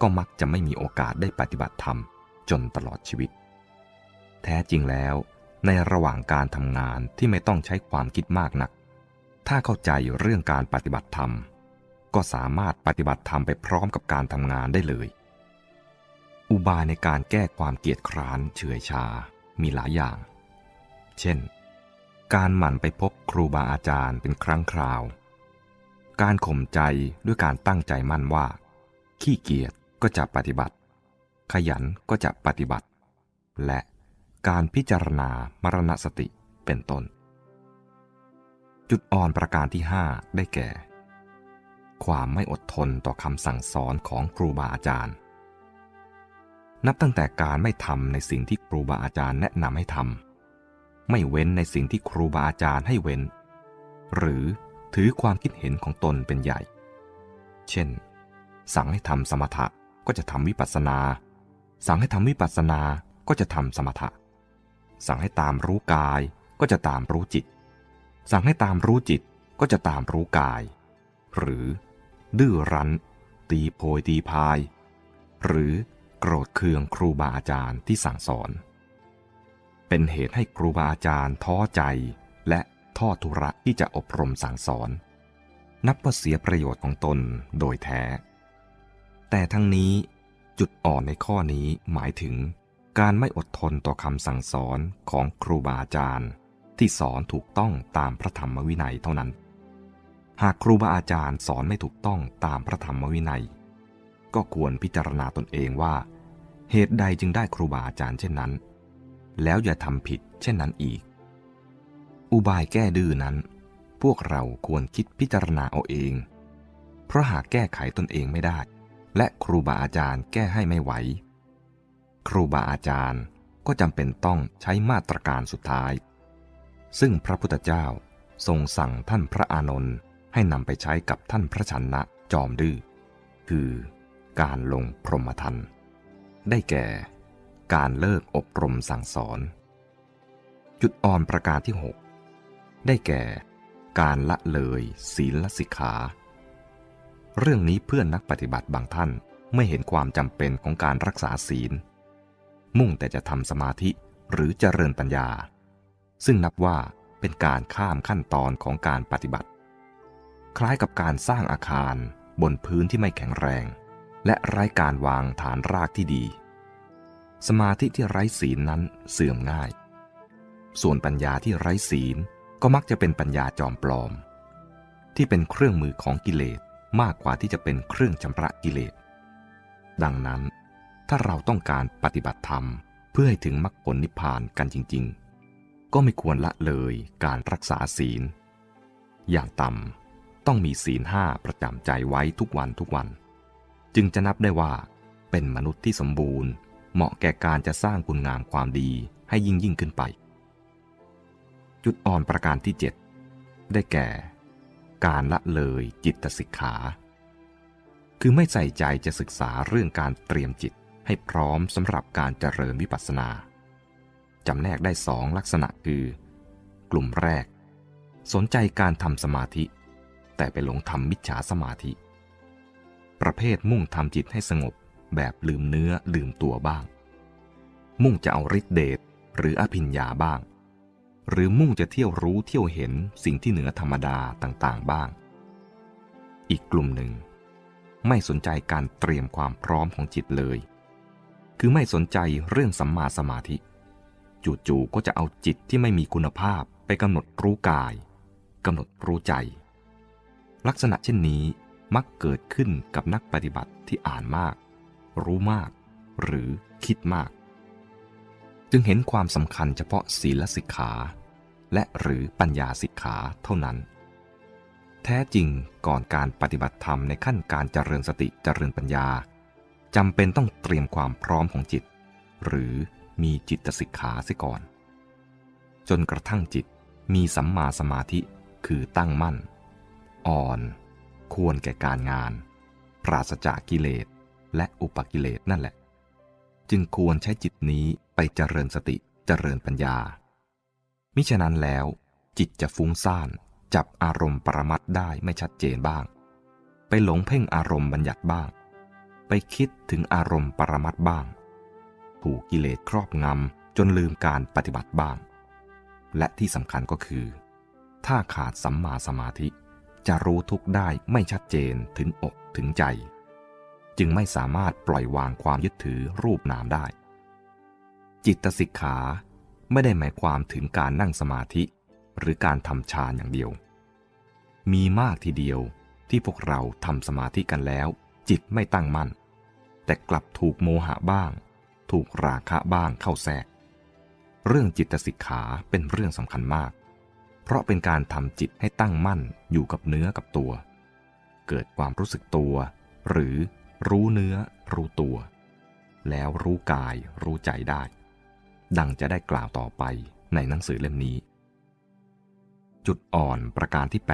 ก็มักจะไม่มีโอกาสได้ปฏิบัติธรรมจนตลอดชีวิตแท้จริงแล้วในระหว่างการทำงานที่ไม่ต้องใช้ความคิดมากนักถ้าเข้าใจเรื่องการปฏิบัติธรรมก็สามารถปฏิบัติธรรมไปพร้อมกับการทำงานได้เลยอุบายในการแก้ความเกียจคร้านเฉื่อยชามีหลายอย่างเช่นการหมั่นไปพบครูบาอาจารย์เป็นครั้งคราวการข่มใจด้วยการตั้งใจมั่นว่าขี้เกียจก็จะปฏิบัติขยันก็จะปฏิบัติและการพิจารณามรณสติเป็นต้นจุดอ่อนประการที่ 5 ได้แก่ความไม่อดทนต่อคำสั่งสอนของครูบาอาจารย์นับตั้งแต่การไม่ทำในสิ่งที่ครูบาอาจารย์แนะนำให้ทำไม่เว้นในสิ่งที่ครูบาอาจารย์ให้เว้นหรือถือความคิดเห็นของตนเป็นใหญ่เช่นสั่งให้ทำสมถะก็จะทำวิปัสสนาสั่งให้ทำวิปัสสนาก็จะทำสมถะสั่งให้ตามรู้กายก็จะตามรู้จิตสั่งให้ตามรู้จิตก็จะตามรู้กายหรือดื้อรั้นตีโพยตีพายหรือโกรธเคืองครูบาอาจารย์ที่สั่งสอนเป็นเหตุให้ครูบาอาจารย์ท้อใจและทอดทุระที่จะอบรมสั่งสอนนับว่าเสียประโยชน์ของตนโดยแท้แต่ทั้งนี้จุดอ่อนในข้อนี้หมายถึงการไม่อดทนต่อคำสั่งสอนของครูบาอาจารย์ที่สอนถูกต้องตามพระธรรมวินัยเท่านั้นหากครูบาอาจารย์สอนไม่ถูกต้องตามพระธรรมวินัยก็ควรพิจารณาตนเองว่าเหตุใดจึงได้ครูบาอาจารย์เช่นนั้นแล้วอย่าทำผิดเช่นนั้นอีกอุบายแก้ดื้อนั้นพวกเราควรคิดพิจารณาเอาเองเพราะหากแก้ไขตนเองไม่ได้และครูบาอาจารย์แก้ให้ไม่ไหวครูบาอาจารย์ก็จำเป็นต้องใช้มาตรการสุดท้ายซึ่งพระพุทธเจ้าทรงสั่งท่านพระอานนท์ให้นำไปใช้กับท่านพระชนะจอมดื้อคือการลงพรหมทัณฑ์ได้แก่การเลิกอบรมสั่งสอนจุดอ่อนประการที่ 6ได้แก่การละเลยศีลสิกขาเรื่องนี้เพื่อนนักปฏิบัติบางท่านไม่เห็นความจำเป็นของการรักษาศีลมุ่งแต่จะทำสมาธิหรือเจริญปัญญาซึ่งนับว่าเป็นการข้ามขั้นตอนของการปฏิบัติคล้ายกับการสร้างอาคารบนพื้นที่ไม่แข็งแรงและไร้การวางฐานรากที่ดีสมาธิที่ไร้ศีลนั้นเสื่อมง่ายส่วนปัญญาที่ไร้ศีลก็มักจะเป็นปัญญาจอมปลอมที่เป็นเครื่องมือของกิเลสมากกว่าที่จะเป็นเครื่องชำระกิเลสดังนั้นถ้าเราต้องการปฏิบัติธรรมเพื่อให้ถึงมรรคผลนิพพานกันจริงๆก็ไม่ควรละเลยการรักษาศีลอย่างต่ำต้องมีศีล 5ประจำใจไว้ทุกวันจึงจะนับได้ว่าเป็นมนุษย์ที่สมบูรณ์เหมาะแก่การจะสร้างคุณงามความดีให้ยิ่งขึ้นไปจุดอ่อนประการที่ 7ได้แก่การละเลยจิตสิกขาคือไม่ใส่ใจจะศึกษาเรื่องการเตรียมจิตให้พร้อมสำหรับการเจริญวิปัสสนาจำแนกได้2ลักษณะคือกลุ่มแรกสนใจการทำสมาธิแต่ไปหลงทำมิจฉาสมาธิประเภทมุ่งทำจิตให้สงบแบบลืมเนื้อลืมตัวบ้างมุ่งจะเอาฤทธิเดชหรืออภิญญาบ้างหรือมุ่งจะเที่ยวรู้เที่ยวเห็นสิ่งที่เหนือธรรมดาต่างๆบ้างอีกกลุ่มหนึ่งไม่สนใจการเตรียมความพร้อมของจิตเลยคือไม่สนใจเรื่องสัมมาสมาธิจู่ๆก็จะเอาจิตที่ไม่มีคุณภาพไปกำหนดรู้กายกำหนดรู้ใจลักษณะเช่นนี้มักเกิดขึ้นกับนักปฏิบัติที่อ่านมากรู้มากหรือคิดมากจึงเห็นความสำคัญเฉพาะศีลสิกขาและหรือปัญญาสิกขาเท่านั้นแท้จริงก่อนการปฏิบัติธรรมในขั้นการเจริญสติเจริญปัญญาจำเป็นต้องเตรียมความพร้อมของจิตหรือมีจิตสิกขาเสียก่อนจนกระทั่งจิตมีสัมมาสมาธิคือตั้งมั่นอ่อนควรแก่การงานปราศจากกิเลสและอุปกิเลสนั่นแหละจึงควรใช้จิตนี้ไปเจริญสติเจริญปัญญามิฉะนั้นแล้วจิตจะฟุ้งซ่านจับอารมณ์ปรมัตถ์ได้ไม่ชัดเจนบ้างไปหลงเพ่งอารมณ์บัญญัติบ้างไปคิดถึงอารมณ์ปรมัตถ์บ้างถูกกิเลสครอบงำจนลืมการปฏิบัติบ้างและที่สำคัญก็คือถ้าขาดสัมมาสมาธิจะรู้ทุกข์ได้ไม่ชัดเจนถึงอกถึงใจจึงไม่สามารถปล่อยวางความยึดถือรูปนามได้จิตสิกขาไม่ได้หมายความถึงการนั่งสมาธิหรือการทำฌานอย่างเดียวมีมากทีเดียวที่พวกเราทำสมาธิกันแล้วจิตไม่ตั้งมั่นแต่กลับถูกโมหะบ้างถูกราคะบ้างเข้าแทรกเรื่องจิตสิกขาเป็นเรื่องสำคัญมากเพราะเป็นการทำจิตให้ตั้งมั่นอยู่กับเนื้อกับตัวเกิดความรู้สึกตัวหรือรู้เนื้อรู้ตัวแล้วรู้กายรู้ใจได้ดังจะได้กล่าวต่อไปในหนังสือเล่มนี้จุดอ่อนประการที่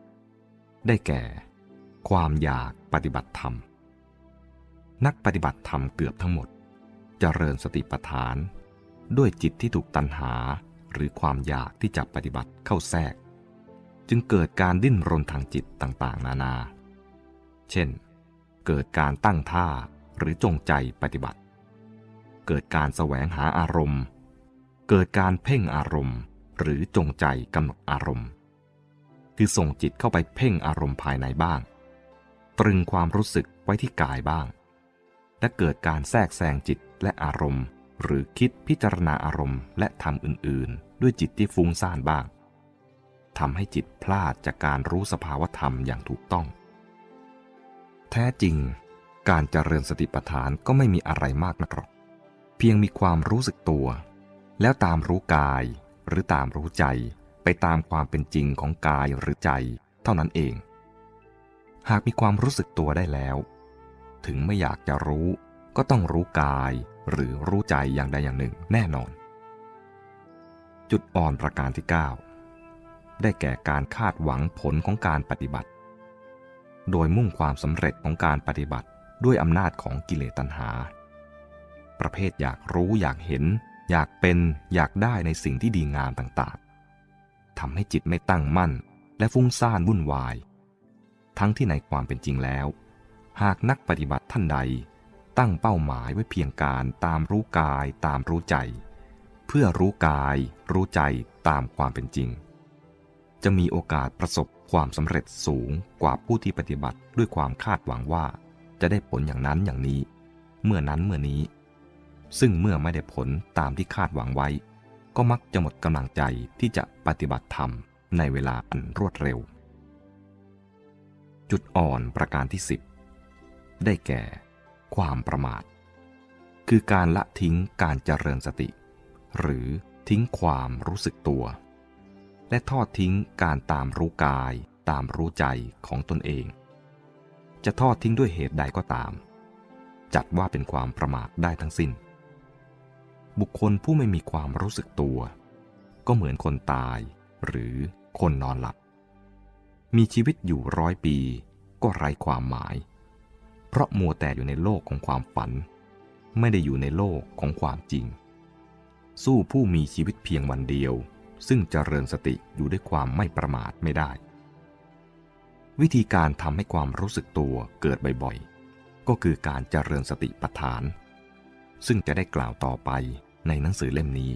8ได้แก่ความอยากปฏิบัติธรรมนักปฏิบัติธรรมเกือบทั้งหมดเจริญสติปัฏฐานด้วยจิตที่ถูกตัณหาหรือความอยากที่จะปฏิบัติเข้าแทรกจึงเกิดการดิ้นรนทางจิตต่างๆนานาเช่นเกิดการตั้งท่าหรือจงใจปฏิบัติเกิดการแสวงหาอารมณ์เกิดการเพ่งอารมณ์หรือจงใจกำหนดอารมณ์คือส่งจิตเข้าไปเพ่งอารมณ์ภายในบ้างตรึงความรู้สึกไว้ที่กายบ้างและเกิดการแทรกแซงจิตและอารมณ์หรือคิดพิจารณาอารมณ์และทำอื่นๆด้วยจิตที่ฟุ้งซ่านบ้างทำให้จิตพลาดจากการรู้สภาวธรรมอย่างถูกต้องแท้จริงการเจริญสติปัฏฐานก็ไม่มีอะไรมากนักหรอกเพียงมีความรู้สึกตัวแล้วตามรู้กายหรือตามรู้ใจไปตามความเป็นจริงของกายหรือใจเท่านั้นเองหากมีความรู้สึกตัวได้แล้วถึงไม่อยากจะรู้ก็ต้องรู้กายหรือรู้ใจอย่างใดอย่างหนึ่งแน่นอนจุดอ่อนประการที่ 9ได้แก่การคาดหวังผลของการปฏิบัติโดยมุ่งความสำเร็จของการปฏิบัติด้วยอำนาจของกิเลสตัณหาประเภทอยากรู้อยากเห็นอยากเป็นอยากได้ในสิ่งที่ดีงามต่างๆทำให้จิตไม่ตั้งมั่นและฟุ้งซ่านวุ่นวายทั้งที่ในความเป็นจริงแล้วหากนักปฏิบัติท่านใดตั้งเป้าหมายไว้เพียงการตามรู้กายตามรู้ใจเพื่อรู้กายรู้ใจตามความเป็นจริงจะมีโอกาสประสบความสำเร็จสูงกว่าผู้ที่ปฏิบัติด้วยความคาดหวังว่าจะได้ผลอย่างนั้นอย่างนี้เมื่อนั้นเมื่อนี้ซึ่งเมื่อไม่ได้ผลตามที่คาดหวังไว้ก็มักจะหมดกำลังใจที่จะปฏิบัติธรรมในเวลาอันรวดเร็วจุดอ่อนประการที่ 10ได้แก่ความประมาทคือการละทิ้งการเจริญสติหรือทิ้งความรู้สึกตัวและทอดทิ้งการตามรู้กายตามรู้ใจของตนเองจะทอดทิ้งด้วยเหตุใดก็ตามจัดว่าเป็นความประมาทได้ทั้งสิ้นบุคคลผู้ไม่มีความรู้สึกตัวก็เหมือนคนตายหรือคนนอนหลับมีชีวิตอยู่100 ปีก็ไร้ความหมายเพราะมัวแต่อยู่ในโลกของความฝันไม่ได้อยู่ในโลกของความจริงสู้ผู้มีชีวิตเพียงวันเดียวซึ่งเจริญสติอยู่ด้วยความไม่ประมาทไม่ได้วิธีการทำให้ความรู้สึกตัวเกิดบ่อยๆก็คือการเจริญสติปัฏฐานซึ่งจะได้กล่าวต่อไปในหนังสือเล่มนี้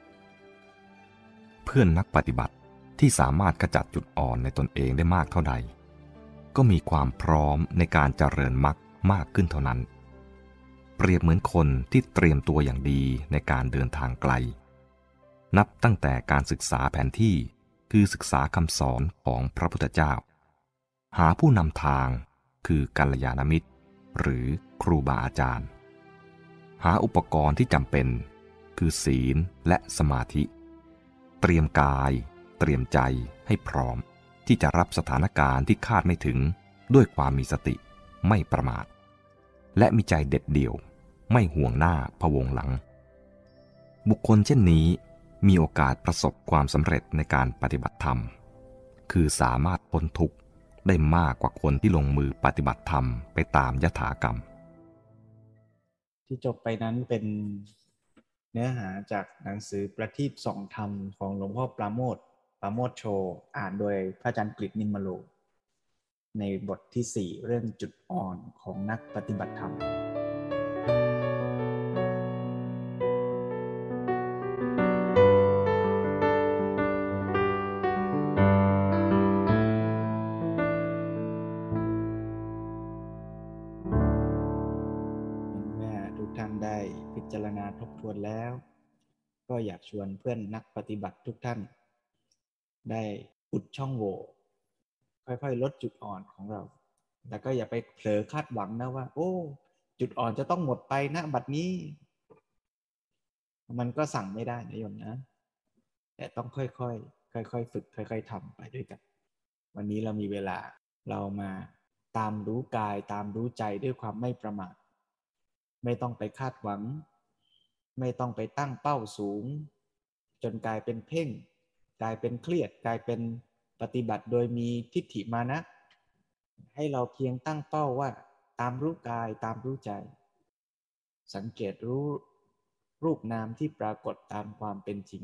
เพื่อนนักปฏิบัติที่สามารถขจัดจุดอ่อนในตนเองได้มากเท่าใดก็มีความพร้อมในการเจริญมรรคมากขึ้นเท่านั้นเปรียบเหมือนคนที่เตรียมตัวอย่างดีในการเดินทางไกลนับตั้งแต่การศึกษาแผนที่คือศึกษาคำสอนของพระพุทธเจ้าหาผู้นำทางคือกัลยาณมิตรหรือครูบาอาจารย์หาอุปกรณ์ที่จำเป็นคือศีลและสมาธิเตรียมกายเตรียมใจให้พร้อมที่จะรับสถานการณ์ที่คาดไม่ถึงด้วยความมีสติไม่ประมาทและมีใจเด็ดเดี่ยวไม่ห่วงหน้าพะวงหลังบุคคลเช่นนี้มีโอกาสประสบความสำเร็จในการปฏิบัติธรรมคือสามารถพ้นทุกข์ได้มากกว่าคนที่ลงมือปฏิบัติธรรมไปตามยถากรรมที่จบไปนั้นเป็นเนื้อหาจากหนังสือประทีปส่องธรรมของหลวงพ่อปราโมทย์โชอ่านโดยพระอาจารย์กฤษนิมมโลในบทที่ 4 เรื่องจุดอ่อนของนักปฏิบัติธรรมเมื่อทุกท่านได้พิจารณาทบทวนแล้ว ก็อยากชวนเพื่อนนักปฏิบัติทุกท่าน ได้อุดช่องโหว่ค่อยๆลดจุดอ่อนของเรา แล้วก็อย่าไปเผลอคาดหวังนะว่าโอ้จุดอ่อนจะต้องหมดไปณบัดนี้ มันก็สั่งไม่ได้นะโยมนะ แต่ต้องค่อยๆค่อยๆฝึกค่อยๆทำไปด้วยกัน วันนี้เรามีเวลาเรามาตามรู้กายตามรู้ใจด้วยความไม่ประมาทไม่ต้องไปคาดหวังไม่ต้องไปตั้งเป้าสูงจนกลายเป็นเพ่งกลายเป็นเครียดกลายเป็นปฏิบัติโดยมีทิฏฐิมานะให้เราเพียงตั้งเป้าว่าตามรู้กายตามรู้ใจสังเกตรู้รูปนามที่ปรากฏตามความเป็นจริง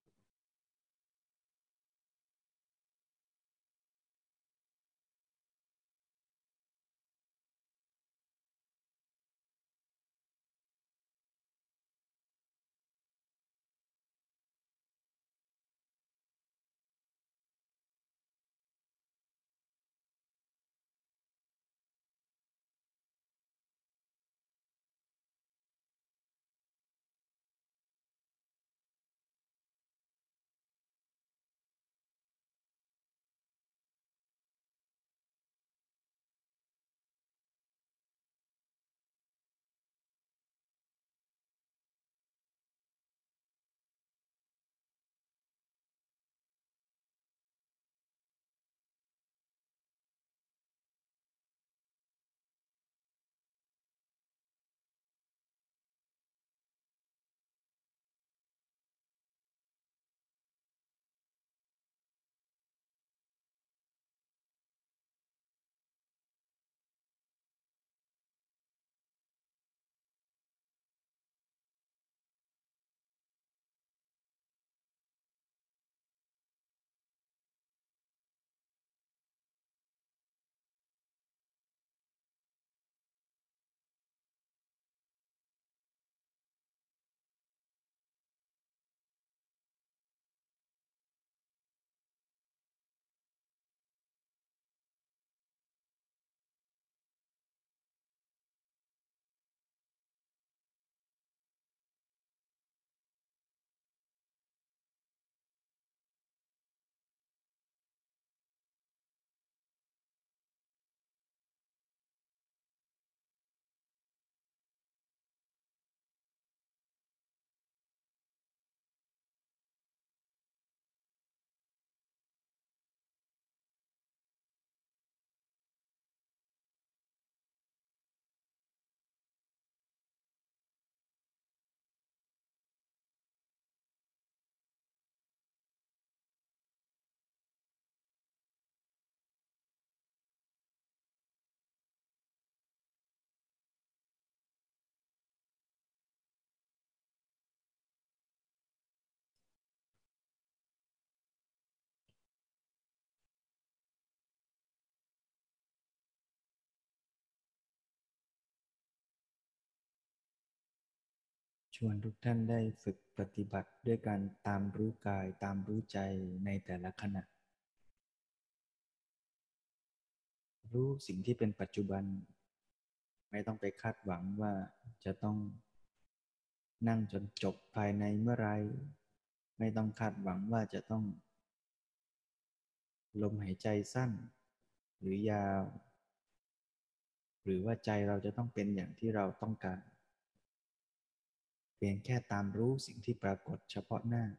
ชวนทุกท่านได้ฝึกปฏิบัติด้วยการตามรู้กายตามรู้ใจในแต่ละขณะรู้สิ่งที่เป็นปัจจุบันไม่ต้องไปคาดหวังว่าจะต้องนั่งจนจบภายในเมื่อไรไม่ต้องคาดหวังว่าจะต้องลมหายใจสั้นหรือยาวหรือว่าใจเราจะต้องเป็นอย่างที่เราต้องการเพียงแค่ตามรู้สิ่งที่ปรากฏเฉพาะหน้า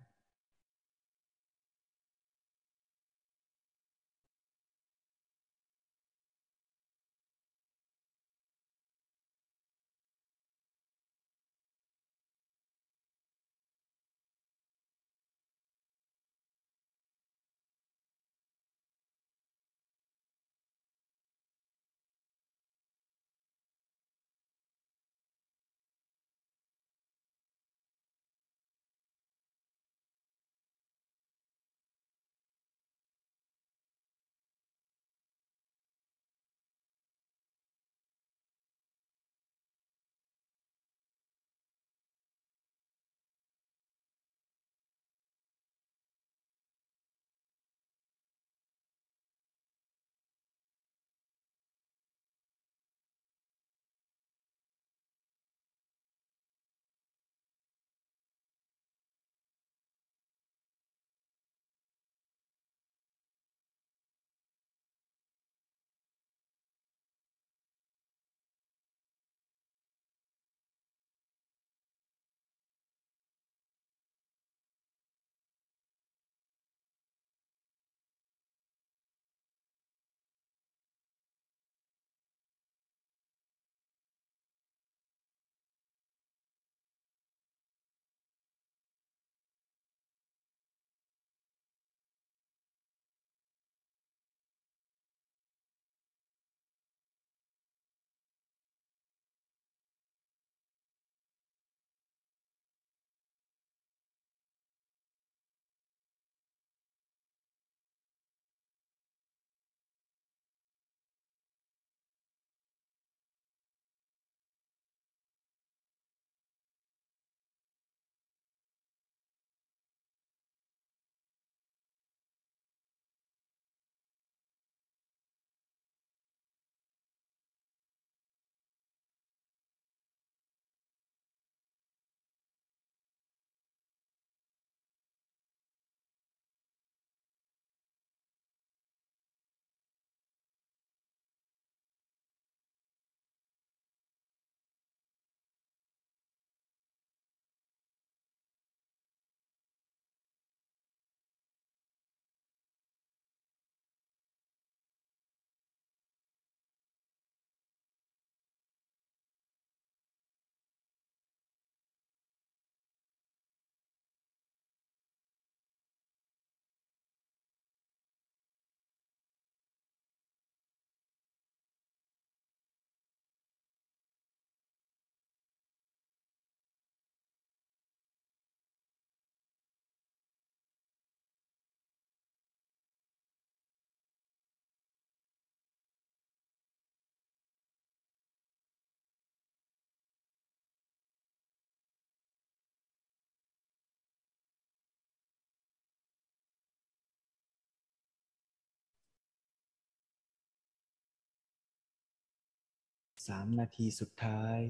3 นาทีสุดท้าย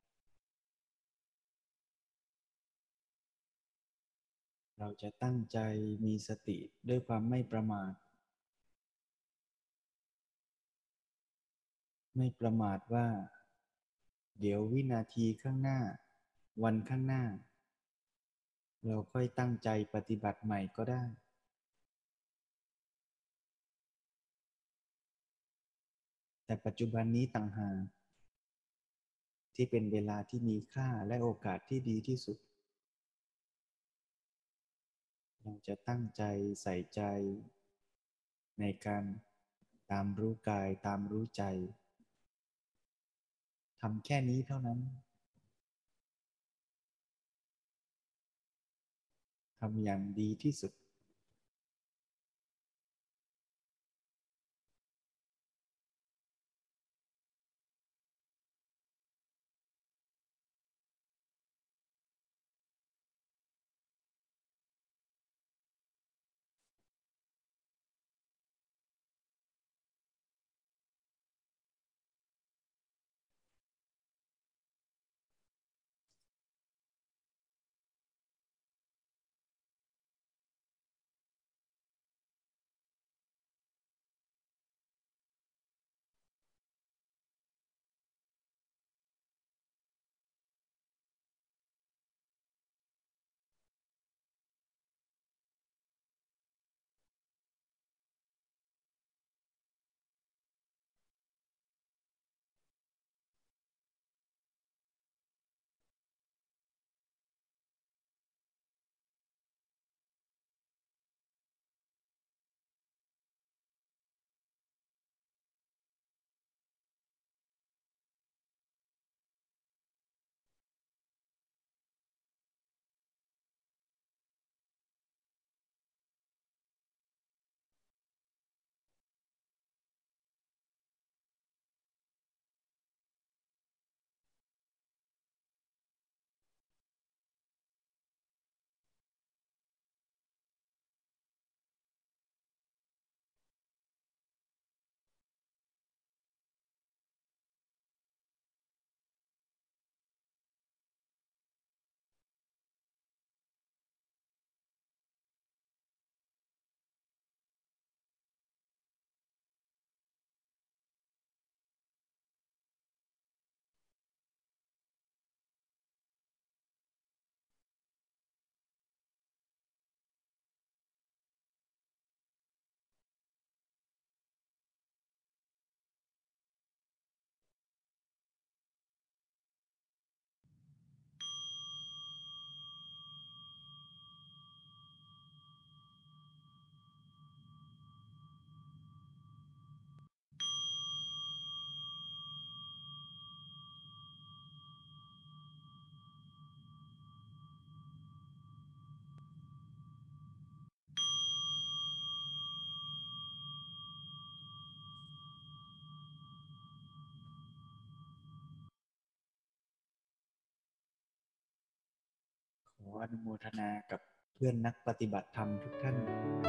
เราจะตั้งใจมีสติด้วยความไม่ประมาทว่าเดี๋ยววินาทีข้างหน้าวันข้างหน้าเราค่อยตั้งใจปฏิบัติใหม่ก็ได้แต่ปัจจุบันนี้ต่างหากที่เป็นเวลาที่มีค่าและโอกาสที่ดีที่สุดเราจะตั้งใจใส่ใจในการตามรู้กายตามรู้ใจทำแค่นี้เท่านั้นทำอย่างดีที่สุดขออนุโมทนากับเพื่อนนักปฏิบัติธรรมทุกท่าน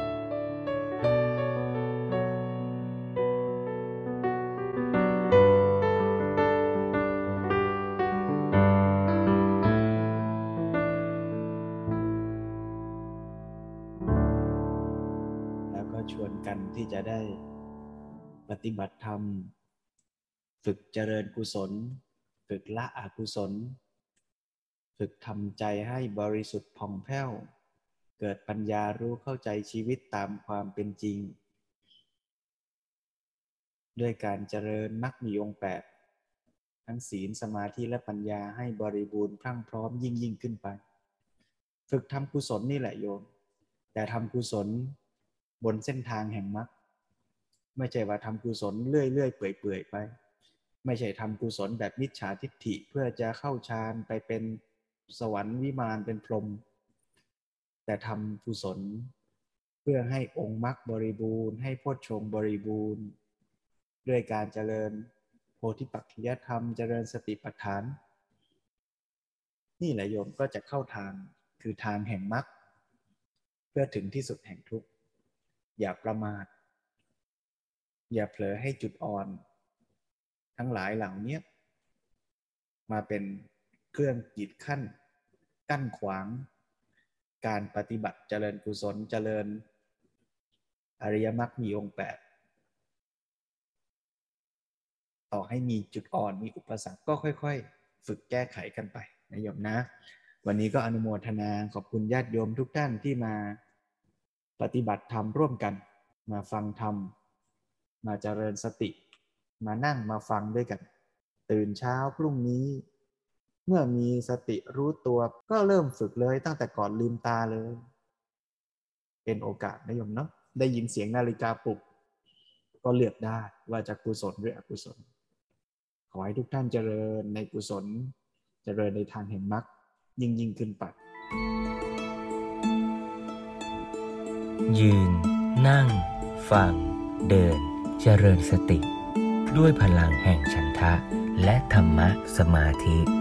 แล้วก็ชวนกันที่จะได้ปฏิบัติธรรมฝึกเจริญกุศลฝึกละอกุศลฝึกทำใจให้บริสุทธิ์ผ่องแผ้วเกิดปัญญารู้เข้าใจชีวิตตามความเป็นจริงด้วยการเจริญมรรคมีองค์ 8ทั้งศีลสมาธิและปัญญาให้บริบูรณ์พรั่งพร้อมยิ่งขึ้นไปฝึกทำกุศลนี่แหละโยมแต่ทำกุศลบนเส้นทางแห่งมรรคไม่ใช่ว่าทำกุศลเรื่อยๆเปื่อยๆไปไม่ใช่ทำกุศลแบบมิจฉาทิฏฐิเพื่อจะเข้าฌานไปเป็นสวรรค์วิมานเป็นพรหมแต่ทำกุศลเพื่อให้องค์มรรคบริบูรณ์ให้โพชฌงค์บริบูรณ์ด้วยการเจริญโพธิปักขิยธรรมเจริญสติปัฏฐานนี่แหละโยมก็จะเข้าทางคือทางแห่งมรรคเพื่อถึงที่สุดแห่งทุกข์อย่าประมาทอย่าเผลอให้จุดอ่อนทั้งหลายเหล่านี้มาเป็นเครื่องกีดกั้นขวางการปฏิบัติเจริญกุศลเจริญอริยมรรคมีองค์ 8ต่อให้มีจุดอ่อนมีอุปสรรคก็ค่อยๆฝึกแก้ไขกันไปนะโยมนะวันนี้ก็อนุโมทนาขอบคุณญาติโยมทุกท่านที่มาปฏิบัติธรรมร่วมกันมาฟังธรรมมาเจริญสติมานั่งมาฟังด้วยกันตื่นเช้าพรุ่งนี้เมื่อมีสติรู้ตัวก็เริ่มฝึกเลยตั้งแต่ก่อนลืมตาเลยเป็นโอกาสนะโยมเนาะได้ยินเสียงนาฬิกาปลุกก็เลือกได้ว่าจะกุศลหรืออกุศลขอให้ทุกท่านเจริญในกุศลเจริญในทางแห่งมรรคยิ่งขึ้นไปยืนนั่งฟังเดินเจริญสติด้วยพลังแห่งฉันทะและธรรมะสมาธิ